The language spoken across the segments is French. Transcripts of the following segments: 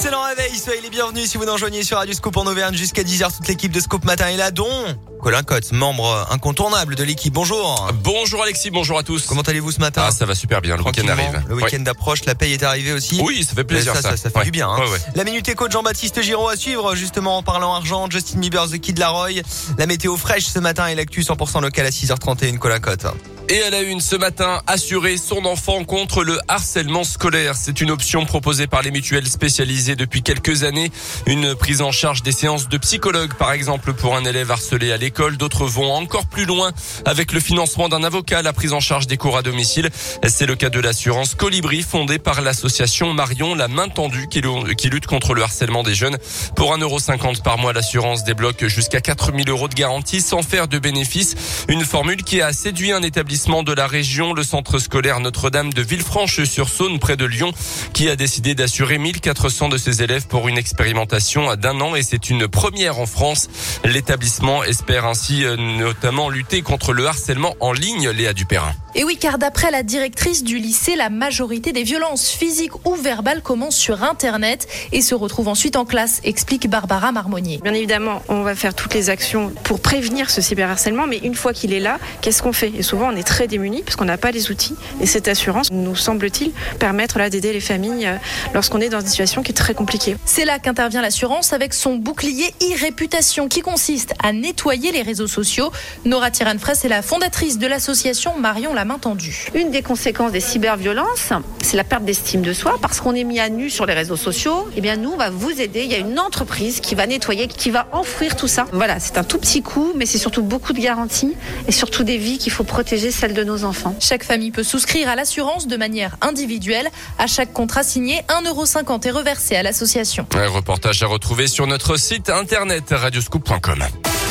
Excellent réveil, soyez les bienvenus si vous nous rejoignez sur Radio Scoop en Auvergne jusqu'à 10h. Toute l'équipe de Scoop Matin est là, dont Colin Cotte, membre incontournable de l'équipe. Bonjour. Bonjour Alexis, bonjour à tous. Comment allez-vous ce matin? Ça va super bien, le week-end arrive. Le week-end approche, la paye est arrivée aussi. Oui, ça fait plaisir ça fait du bien. Hein. Ouais. La Minute Éco de Jean-Baptiste Giraud à suivre, justement en parlant argent, Justin Bieber, The Kid Laroi. La météo fraîche ce matin et l'actu 100% local à 6h31, Colin Cotte. Et à la une ce matin, assurer son enfant contre le harcèlement scolaire. C'est une option proposée par les mutuelles spécialisées depuis quelques années. Une prise en charge des séances de psychologue, par exemple, pour un élève harcelé à l'école. D'autres vont encore plus loin avec le financement d'un avocat, la prise en charge des cours à domicile. C'est le cas de l'assurance Colibri, fondée par l'association Marion, la main tendue, qui lutte contre le harcèlement des jeunes. Pour 1,50 € par mois, l'assurance débloque jusqu'à 4 000 € de garantie sans faire de bénéfice. Une formule qui a séduit un établissement de la région, le centre scolaire Notre-Dame de Villefranche-sur-Saône, près de Lyon, qui a décidé d'assurer 1400 de ses élèves pour une expérimentation d'1 an, et c'est une première en France. L'établissement espère ainsi notamment lutter contre le harcèlement en ligne, Léa Dupérin. Et oui, car d'après la directrice du lycée, la majorité des violences physiques ou verbales commencent sur Internet et se retrouvent ensuite en classe, explique Barbara Marmonnier. Bien évidemment, on va faire toutes les actions pour prévenir ce cyberharcèlement, mais une fois qu'il est là, qu'est-ce qu'on fait? Et souvent, on est très démunis parce qu'on n'a pas les outils. Et cette assurance, nous semble-t-il, permettre d'aider les familles lorsqu'on est dans une situation qui est très compliquée. C'est là qu'intervient l'assurance avec son bouclier e-réputation qui consiste à nettoyer les réseaux sociaux. Nora Tiran-Fraisse est la fondatrice de l'association Marion la main tendue. Une des conséquences des cyberviolences, c'est la perte d'estime de soi parce qu'on est mis à nu sur les réseaux sociaux. Eh bien, nous, on va vous aider. Il y a une entreprise qui va nettoyer, qui va enfouir tout ça. Voilà, c'est un tout petit coup, mais c'est surtout beaucoup de garanties et surtout des vies qu'il faut protéger, celles de nos enfants. Chaque famille peut souscrire à l'assurance de manière individuelle. À chaque contrat signé, 1,50 € est reversé à l'association. Un reportage à retrouver sur notre site internet radioscoop.com.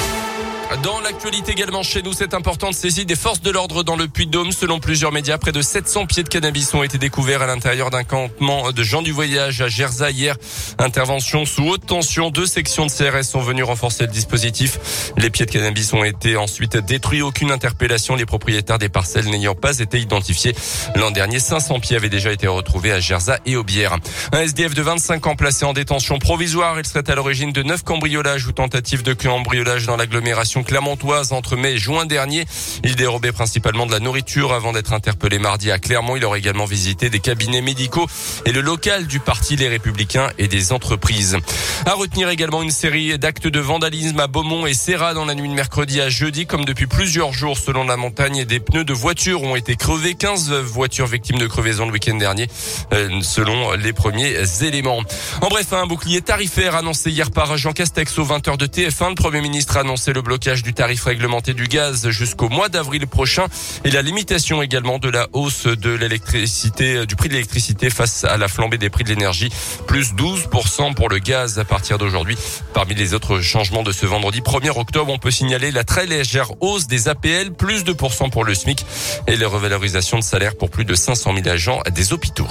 Dans l'actualité également chez nous, cette importante saisie des forces de l'ordre dans le Puy-de-Dôme. Selon plusieurs médias, près de 700 pieds de cannabis ont été découverts à l'intérieur d'un campement de gens du voyage à Gerza hier. Intervention sous haute tension. 2 sections de CRS sont venues renforcer le dispositif. Les pieds de cannabis ont été ensuite détruits. Aucune interpellation. Les propriétaires des parcelles n'ayant pas été identifiés. L'an dernier, 500 pieds avaient déjà été retrouvés à Gerza et Aubière. Un SDF de 25 ans placé en détention provisoire. Il serait à l'origine de 9 cambriolages ou tentatives de cambriolage dans l'agglomération clermontoise entre mai et juin dernier. Il dérobait principalement de la nourriture avant d'être interpellé mardi à Clermont. Il aurait également visité des cabinets médicaux et le local du parti Les Républicains et des entreprises. À retenir également une série d'actes de vandalisme à Beaumont et Serra dans la nuit de mercredi à jeudi. Comme depuis plusieurs jours, selon la montagne, des pneus de voitures ont été crevés. 15 voitures victimes de crevaison le week-end dernier, selon les premiers éléments. En bref, un bouclier tarifaire annoncé hier par Jean Castex aux 20h de TF1. Le Premier ministre a annoncé le blocage du tarif réglementé du gaz jusqu'au mois d'avril prochain et la limitation également de la hausse de l'électricité, du prix de l'électricité face à la flambée des prix de l'énergie, plus 12% pour le gaz à partir d'aujourd'hui. Parmi les autres changements de ce vendredi 1er octobre, on peut signaler la très légère hausse des APL, plus 2% pour le SMIC et les revalorisations de salaire pour plus de 500 000 agents des hôpitaux.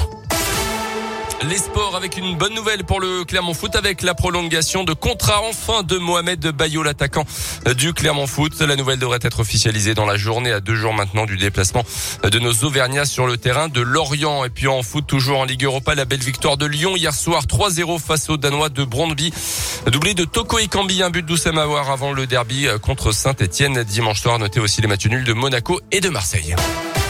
Les sports avec une bonne nouvelle pour le Clermont Foot avec la prolongation de contrat enfin de Mohamed Bayo, l'attaquant du Clermont Foot. La nouvelle devrait être officialisée dans la journée à 2 jours maintenant du déplacement de nos Auvergnats sur le terrain de Lorient. Et puis en foot, toujours en Ligue Europa, la belle victoire de Lyon hier soir 3-0 face aux Danois de Brøndby. Doublé de Toko Ekambi, un but d'Oussama Aouar avant le derby contre Saint-Etienne dimanche soir. Notez aussi les matchs nuls de Monaco et de Marseille.